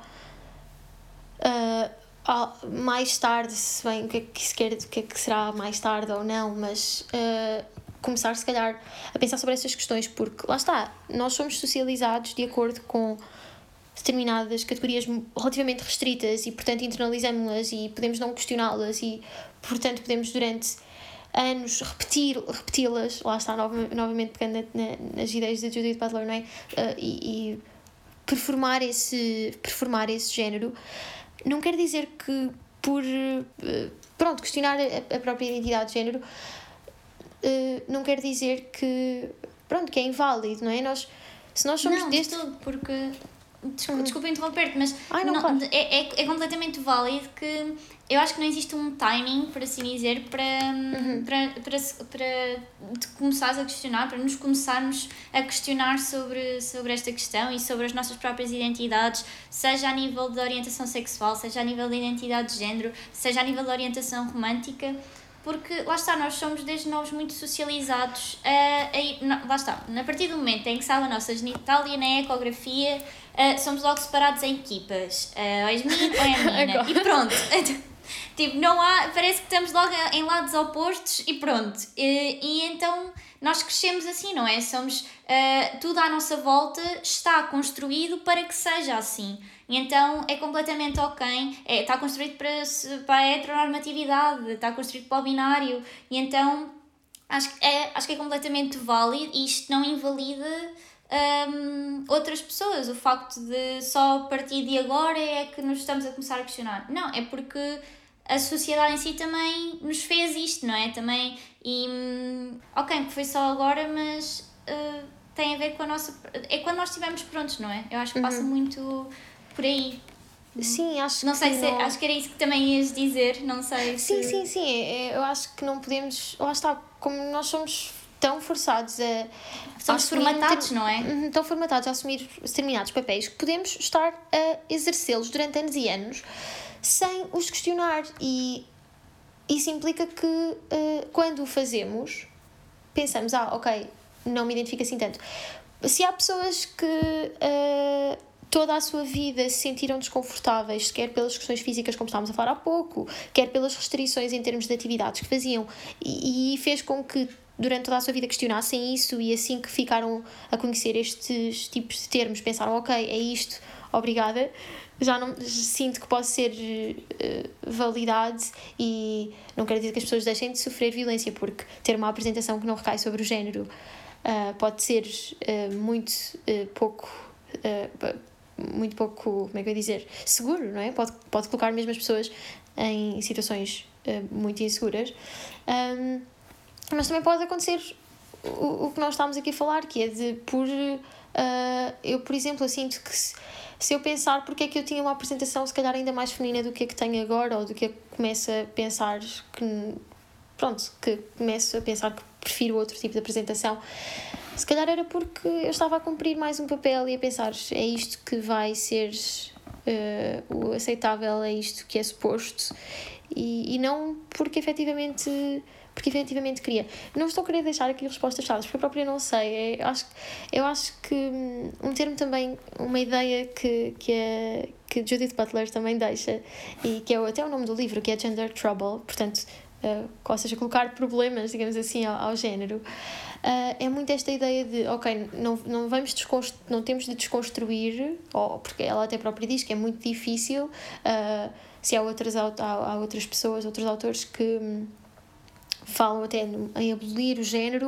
Uh, mais tarde, se bem o que é que se quer, o que é que será mais tarde ou não, mas... Uh, começar se calhar a pensar sobre essas questões, porque lá está, nós somos socializados de acordo com determinadas categorias relativamente restritas e portanto internalizamos-las e podemos não questioná-las e portanto podemos durante anos repetir, repeti-las, lá está nova, novamente pegando na, na, nas ideias de Judith Butler, não é? Uh, e, e performar esse, performar esse género não quer dizer que por uh, pronto, questionar a, a própria identidade de género Uh, não quer dizer que pronto, que é inválido, não é? Nós, se nós somos não, deste... de tudo, porque desculpa, uhum. desculpa interromper-te, mas Ai, não, não, claro. é, é, é completamente válido que eu acho que não existe um timing, por assim dizer, para, uhum. para, para, para te começares a questionar, para nos começarmos a questionar sobre, sobre esta questão e sobre as nossas próprias identidades, seja a nível de orientação sexual, seja a nível de identidade de género, seja a nível de orientação romântica. Porque, lá está, nós somos desde novos muito socializados, uh, a, lá está, a partir do momento em que sabe a nossa genitália na ecografia, uh, somos logo separados em equipas, uh, ou és menino ou é menina, e pronto. Tipo, não há, parece que estamos logo em lados opostos e pronto. E, e então nós crescemos assim, não é? Somos, uh, tudo à nossa volta está construído para que seja assim. E então é completamente ok, é, está construído para, para a heteronormatividade, está construído para o binário. E então acho que é, acho que é completamente válido e isto não invalida um, outras pessoas. O facto de só a partir de agora é que nos estamos a começar a questionar. Não, é porque a sociedade em si também nos fez isto, não é? Também, e ok, que foi só agora, mas uh, tem a ver com a nossa... É quando nós estivermos prontos, não é? Eu acho que passa uhum. muito por aí. Sim, acho não que sei se não... acho que era isso que também ias dizer, não sei sim, se... sim, sim, eu acho que não podemos, lá está, como nós somos tão forçados a somos formatados, ter... não é? Tão formatados a assumir determinados papéis que podemos estar a exercê-los durante anos e anos sem os questionar, e isso implica que uh, quando o fazemos pensamos, ah, ok, não me identifico assim tanto. Se há pessoas que uh, toda a sua vida se sentiram desconfortáveis, quer pelas questões físicas, como estávamos a falar há pouco, quer pelas restrições em termos de atividades que faziam, e, e fez com que durante toda a sua vida questionassem isso, e assim que ficaram a conhecer estes tipos de termos pensaram, ok, é isto, obrigada, já não sinto que posso ser uh, validado, e não quero dizer que as pessoas deixem de sofrer violência, porque ter uma apresentação que não recai sobre o género uh, pode ser uh, muito uh, pouco uh, muito pouco, como é que eu ia dizer, seguro, não é? Pode, pode colocar mesmo as pessoas em situações uh, muito inseguras, um, mas também pode acontecer o, o que nós estamos aqui a falar, que é de por uh, eu, por exemplo, eu sinto que se, se eu pensar porque é que eu tinha uma apresentação se calhar ainda mais feminina do que a que tenho agora, ou do que eu começo a pensar que pronto, que começo a pensar que prefiro outro tipo de apresentação, se calhar era porque eu estava a cumprir mais um papel e a pensar, é isto que vai ser uh, o aceitável, é isto que é suposto, e, e não porque efetivamente porque efetivamente queria. Não estou a querer deixar aqui respostas fechadas, porque eu própria não sei. Eu acho, eu acho que um termo também, uma ideia que, que, a, que Judith Butler também deixa, e que é até o nome do livro, que é Gender Trouble, portanto, uh, ou seja, colocar problemas, digamos assim, ao, ao género, uh, é muito esta ideia de, ok, não, não, vamos desconstru- não temos de desconstruir, ou, porque ela até própria diz que é muito difícil, uh, se há outras, há, há outras pessoas, outros autores que falam até em abolir o género,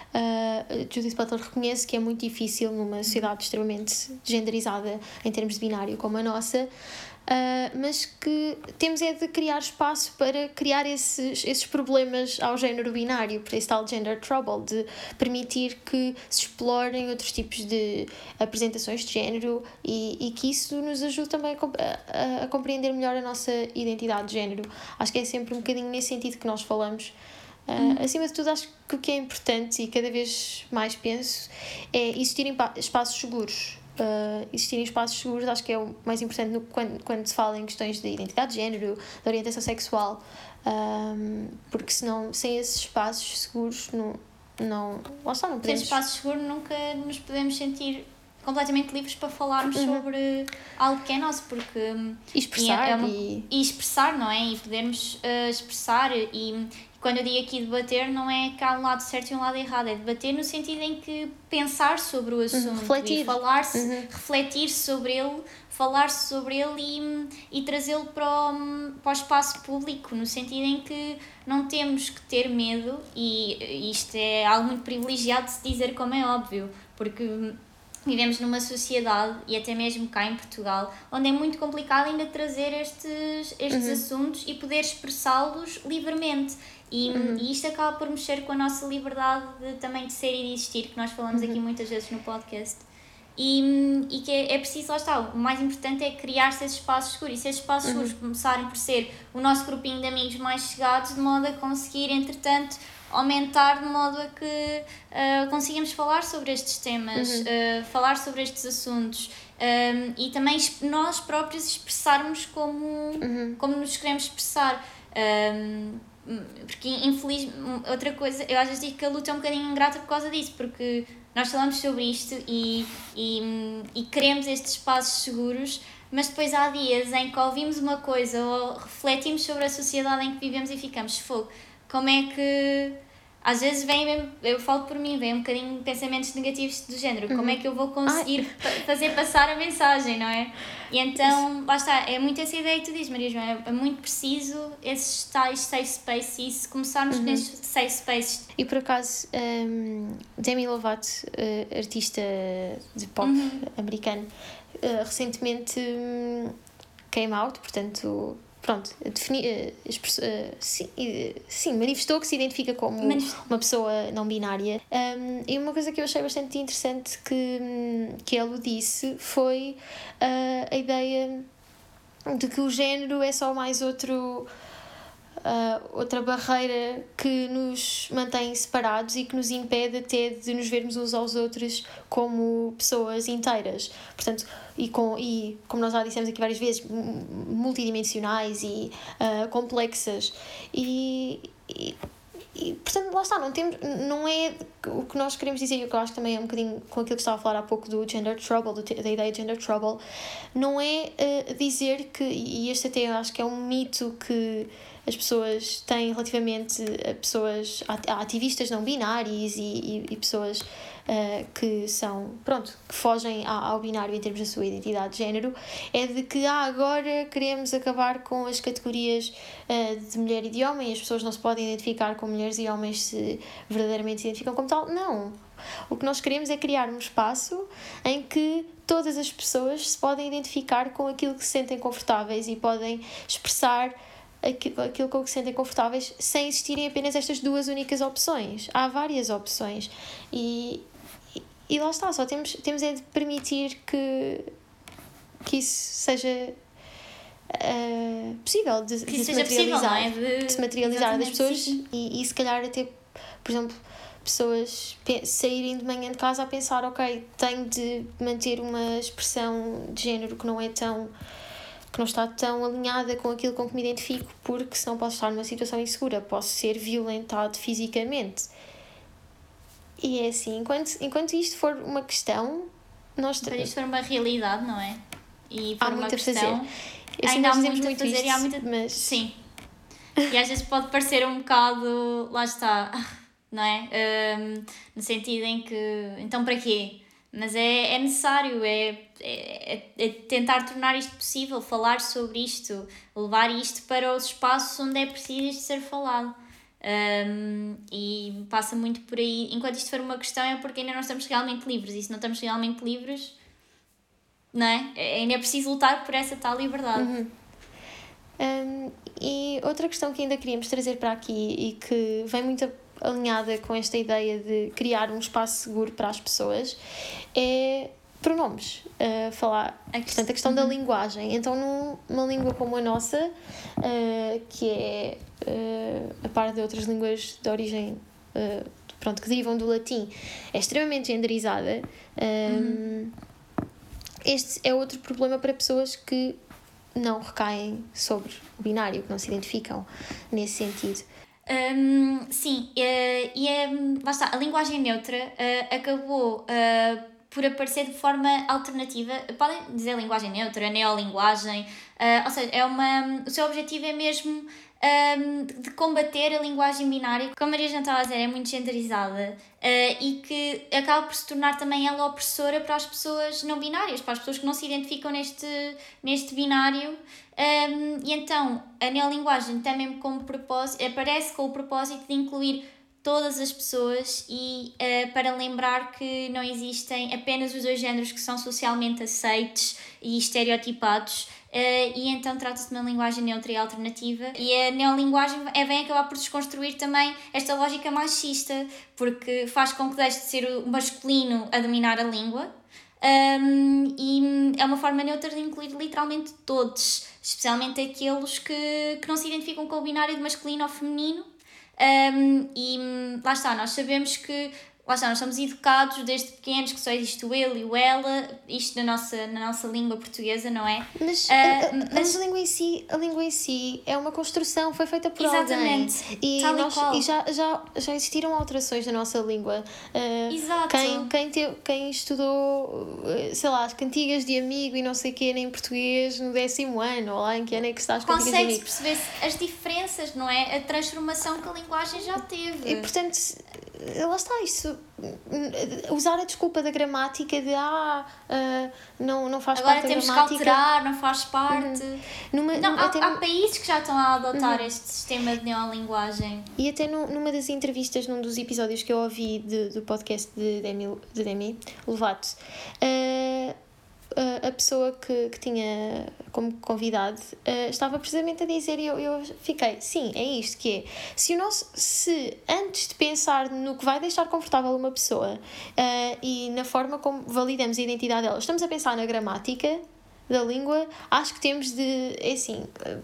uh, Judith Butler reconhece que é muito difícil numa sociedade extremamente genderizada em termos de binário como a nossa, uh, mas que temos é de criar espaço para criar esses, esses problemas ao género binário, para esse tal gender trouble, de permitir que se explorem outros tipos de apresentações de género, e, e que isso nos ajude também a, a, a compreender melhor a nossa identidade de género. Acho que é sempre um bocadinho nesse sentido que nós falamos. Uh, uhum. Acima de tudo, acho que o que é importante, e cada vez mais penso, é existirem espaços seguros. Uh, existirem espaços seguros, acho que é o mais importante no, quando, quando se fala em questões de identidade de género, de orientação sexual, um, porque senão, sem esses espaços seguros, não, não, lá está, não podemos... Sem espaços seguros nunca nos podemos sentir completamente livres para falarmos uhum. sobre algo que é nosso, porque... E expressar. E, é uma, e... e expressar, não é? E podermos uh, expressar, e... Quando eu digo aqui debater, não é que há um lado certo e um lado errado, é debater no sentido em que pensar sobre o assunto, uhum, refletir, e falar uhum. refletir sobre ele, falar sobre ele e, e trazê-lo para o, para o espaço público, no sentido em que não temos que ter medo, e isto é algo muito privilegiado de se dizer, como é óbvio, porque vivemos numa sociedade, e até mesmo cá em Portugal, onde é muito complicado ainda trazer estes, estes uhum. assuntos e poder expressá-los livremente. E, uhum. e isto acaba por mexer com a nossa liberdade de, também de ser e de existir, que nós falamos uhum. aqui muitas vezes no podcast. E, e que é, é preciso, lá está, o mais importante é criar-se esses espaços seguros. E se esses espaços seguros uhum. começarem por ser o nosso grupinho de amigos mais chegados, de modo a conseguir, entretanto, aumentar de modo a que uh, consigamos falar sobre estes temas, uhum. uh, falar sobre estes assuntos, um, e também nós próprios expressarmos como, uhum. como nos queremos expressar. Um, porque infeliz outra coisa, eu às vezes digo que a luta é um bocadinho ingrata por causa disso, porque nós falamos sobre isto e, e, e queremos estes espaços seguros, mas depois há dias em que ouvimos uma coisa ou refletimos sobre a sociedade em que vivemos e ficamos, fogo, como é que às vezes vem mesmo, eu falo por mim, vem um bocadinho pensamentos negativos do género, como é que eu vou conseguir pa- fazer passar a mensagem, não é? E então, lá está, é muito essa ideia que tu dizes, Maria João, é, é muito preciso esses tais safe spaces e se começarmos nesses safe spaces. E por acaso, um, Demi Lovato, uh, artista de pop americano, uh, recentemente um, came out, portanto, pronto, defini, uh, express, uh, sim, uh, sim, manifestou que se identifica como Manif- uma pessoa não binária. Um, e uma coisa que eu achei bastante interessante que, que ele disse foi uh, a ideia de que o género é só mais outro... Uh, outra barreira que nos mantém separados e que nos impede até de nos vermos uns aos outros como pessoas inteiras. Portanto, e, com, e como nós já dissemos aqui várias vezes, multidimensionais e uh, complexas. E, e, e, portanto, lá está, não, temos, não é o que nós queremos dizer, e o que eu acho que também é um bocadinho com aquilo que estava a falar há pouco do gender trouble, do, da ideia de gender trouble, não é uh, dizer que, e este até eu acho que é um mito que as pessoas têm relativamente a pessoas, a ativistas não binários e, e, e pessoas uh, que são, pronto, que fogem ao, ao binário em termos da sua identidade de género, é de que ah, agora queremos acabar com as categorias uh, de mulher e de homem, as pessoas não se podem identificar como mulheres e homens se verdadeiramente se identificam como tal. Não. O que nós queremos é criar um espaço em que todas as pessoas se podem identificar com aquilo que se sentem confortáveis e podem expressar aquilo, aquilo com que se sentem confortáveis sem existirem apenas estas duas únicas opções. Há várias opções e, e, e lá está, só temos, temos é de permitir que, que isso seja uh, possível de, que de isso se seja materializar, possível, não é? De, de se materializar das pessoas sim. e, e se calhar até, por exemplo, pessoas saírem de manhã de casa a pensar, ok, tenho de manter uma expressão de género que não é tão que não está tão alinhada com aquilo com que me identifico, porque senão posso estar numa situação insegura, posso ser violentado fisicamente. E é assim, enquanto, enquanto isto for uma questão, nós Enquanto isto for uma realidade, não é? E for há uma muito questão, a fazer. Eu ainda há dizemos muito a muito fazer isto, e há muito a... mas... Sim. E às vezes pode parecer um bocado, lá está, não é? Um, no sentido em que, então para quê? Mas é, é necessário, é, é, é tentar tornar isto possível, falar sobre isto, levar isto para os espaços onde é preciso isto ser falado. Um, e passa muito por aí. Enquanto isto for uma questão é porque ainda não estamos realmente livres, e se não estamos realmente livres, não é? Ainda é preciso lutar por essa tal liberdade. Uhum. Um, e outra questão que ainda queríamos trazer para aqui e que vem muito alinhada com esta ideia de criar um espaço seguro para as pessoas é pronomes. Uh, falar, a portanto, a questão uhum. da linguagem. Então, num, numa língua como a nossa, uh, que é uh, a par de outras línguas de origem uh, pronto, que derivam do latim, é extremamente genderizada. Um, uhum. Este é outro problema para pessoas que não recaem sobre o binário, que não se identificam nesse sentido. Um, sim, uh, e é, lá está, a linguagem neutra uh, acabou uh, por aparecer de forma alternativa. Podem dizer linguagem neutra, neolinguagem, uh, ou seja, é uma, o seu objetivo é mesmo um, de combater a linguagem binária, como a Maria já estava a dizer, é muito genderizada uh, e que acaba por se tornar também ela opressora para as pessoas não binárias, para as pessoas que não se identificam neste, neste binário. Um, e então a neolinguagem tem mesmo como propósito, aparece com o propósito de incluir todas as pessoas e uh, para lembrar que não existem apenas os dois géneros que são socialmente aceitos e estereotipados. Uh, e então trata-se de uma linguagem neutra e alternativa, e a neolinguagem é, vem acabar por desconstruir também esta lógica machista, porque faz com que deixe de ser o masculino a dominar a língua. Um, e é uma forma neutra de incluir literalmente todos, especialmente aqueles que, que não se identificam com o binário de masculino ou feminino. Um, e lá está, nós sabemos que lá está, nós somos educados desde pequenos que só existe o ele e o ela, isto na nossa, na nossa língua portuguesa, não é? Mas, Uh, a, a, mas... a, língua em si, a língua em si é uma construção, foi feita por Exatamente, alguém. E, tal e nós, qual. e já, já, já existiram alterações na nossa língua. Uh, Exato. Quem, quem, te, quem estudou, sei lá, as cantigas de amigo e não sei o quê em português no décimo ano, ou lá em que ano é que está as cantigas de amigo. Consegue-se perceber as diferenças, não é? A transformação que a linguagem já teve. E portanto, lá está isso. Usar a desculpa da gramática de ah, uh, não, não faz Agora parte da temos gramática. que alterar, não faz parte. Uhum. Numa, não, há, até há no... países que já estão a adotar uhum. este sistema de neolinguagem. E até no, numa das entrevistas, num dos episódios que eu ouvi de, do podcast de Demi, de Demi Lovato, uh, a pessoa que, que tinha como convidado uh, estava precisamente a dizer, e eu, eu fiquei, sim, é isto que é, se, o nosso, se antes de pensar no que vai deixar confortável uma pessoa uh, e na forma como validamos a identidade dela, estamos a pensar na gramática da língua, acho que temos de, é assim,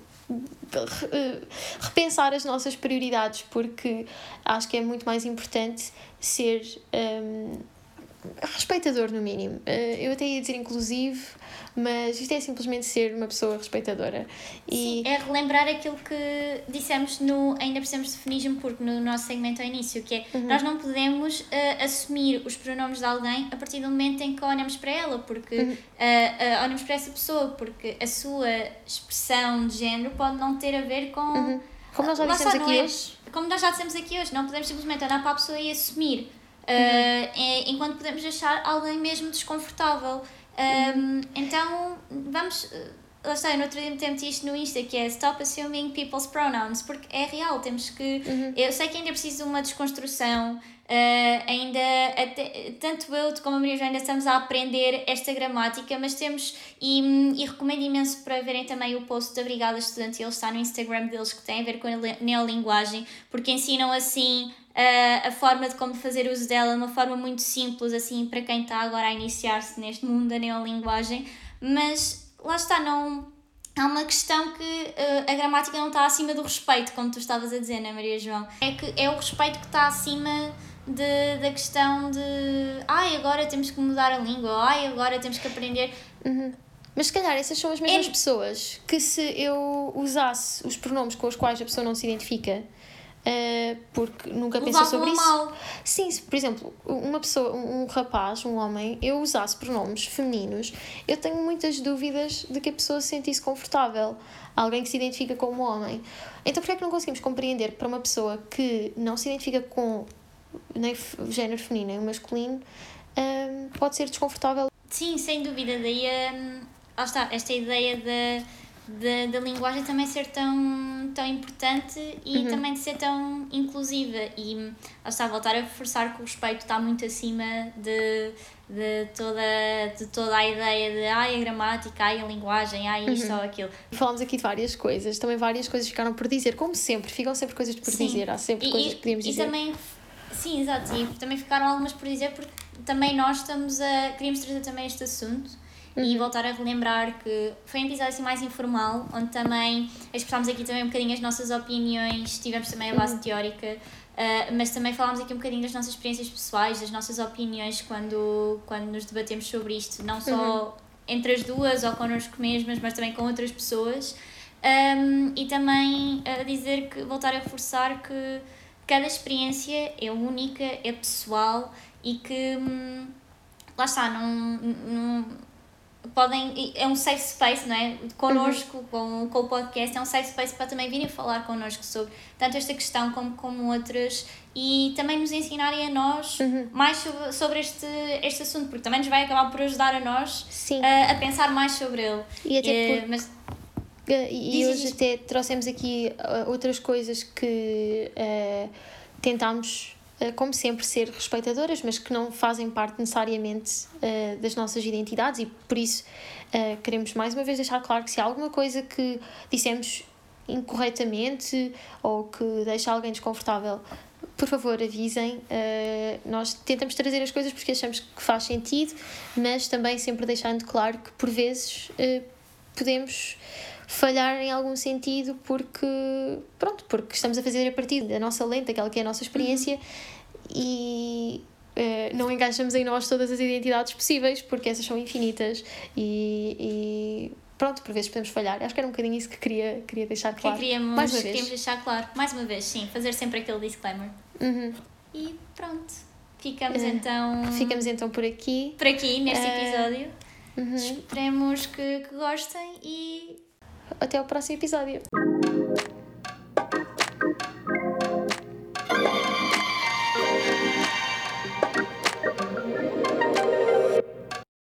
uh, repensar as nossas prioridades, porque acho que é muito mais importante ser um, respeitador, no mínimo. Eu até ia dizer inclusivo, mas isto é simplesmente ser uma pessoa respeitadora. E... Sim, é relembrar aquilo que dissemos no Ainda Precisamos de Feminismo, porque no nosso segmento ao início, que é, uhum. nós não podemos uh, assumir os pronomes de alguém a partir do momento em que olhamos para ela, porque uhum. uh, uh, olhamos para essa pessoa, porque a sua expressão de género pode não ter a ver com... Uhum. Como nós já dissemos aqui é, hoje. Como nós já dissemos aqui hoje, não podemos simplesmente olhar para a pessoa e assumir. Uh, uhum. é, enquanto podemos achar alguém mesmo desconfortável. Um, uhum. Então, vamos... Lá está, eu no outro dia me isto no Insta, que é Stop Assuming People's Pronouns, porque é real, temos que... Uhum. Eu sei que ainda preciso de uma desconstrução, uh, ainda... Até, tanto eu como a Maria Joana estamos a aprender esta gramática, mas temos... E, e recomendo imenso para verem também o post da Brigada Estudantil, está no Instagram deles, que tem a ver com a neolinguagem, porque ensinam assim... Uh, a forma de como fazer uso dela, uma forma muito simples, assim, para quem está agora a iniciar-se neste mundo da neolinguagem, mas lá está, não... Há uma questão que uh, a gramática não está acima do respeito, como tu estavas a dizer, não é, Maria João? É que é o respeito que está acima de, da questão de ai, agora temos que mudar a língua, ai, agora temos que aprender... Uhum. Mas se calhar essas são as mesmas é... pessoas que, se eu usasse os pronomes com os quais a pessoa não se identifica, Uh, porque nunca pensou sobre isso. Mal. Sim, se, por exemplo, uma pessoa, um, um rapaz, um homem, eu usasse pronomes femininos, eu tenho muitas dúvidas de que a pessoa se sentisse confortável. Alguém que se identifica como homem. Então, porquê é que não conseguimos compreender para uma pessoa que não se identifica com nem o género feminino nem o masculino, um, pode ser desconfortável? Sim, sem dúvida. Daí, um, lá está, esta ideia de Da, da linguagem também ser tão, tão importante e uhum. também de ser tão inclusiva e lá está, voltar a reforçar que o respeito está muito acima de, de, toda, de toda a ideia de ai, a gramática, ai, a linguagem, ai, isto uhum. ou aquilo. Falámos aqui de várias coisas, também várias coisas ficaram por dizer, como sempre, ficam sempre coisas por sim. dizer, há sempre e, coisas que podemos dizer. E também, sim, exato, e também ficaram algumas por dizer porque também nós estamos a, queríamos trazer também este assunto. Uhum. E voltar a relembrar que foi um episódio assim mais informal, onde também expressámos aqui também um bocadinho as nossas opiniões, tivemos também a base uhum. teórica, uh, mas também falámos aqui um bocadinho das nossas experiências pessoais, das nossas opiniões quando, quando nos debatemos sobre isto, não só uhum. entre as duas ou connosco mesmas, mas também com outras pessoas. Um, e também a dizer que, voltar a reforçar que cada experiência é única, é pessoal e que, hum, lá está, não... não podem, é um safe space, não é? Connosco, uhum. com, com o podcast, é um safe space para também virem falar connosco sobre tanto esta questão como, como outras e também nos ensinarem a nós uhum. mais sobre, sobre este, este assunto, porque também nos vai acabar por ajudar a nós a, a pensar mais sobre ele. E até é, por... mas... E, e hoje até trouxemos aqui outras coisas que uh, tentámos... como sempre, ser respeitadoras, mas que não fazem parte necessariamente uh, das nossas identidades e por isso uh, queremos mais uma vez deixar claro que se há alguma coisa que dissemos incorretamente ou que deixa alguém desconfortável, por favor avisem. Uh, nós tentamos trazer as coisas porque achamos que faz sentido, mas também sempre deixando claro que por vezes uh, podemos falhar em algum sentido porque, pronto, porque estamos a fazer a partir da nossa lente, aquela que é a nossa experiência, uhum. e uh, não encaixamos em nós todas as identidades possíveis, porque essas são infinitas e, e pronto, por vezes podemos falhar. Acho que era um bocadinho isso que queria, queria deixar claro. Que queríamos, mais uma vez. queríamos deixar claro. Mais uma vez, sim, fazer sempre aquele disclaimer. Uhum. E pronto, ficamos Uh, então... Ficamos então por aqui. Por aqui, neste Uh, episódio. Uhum. Esperemos que, que gostem e... Até ao próximo episódio.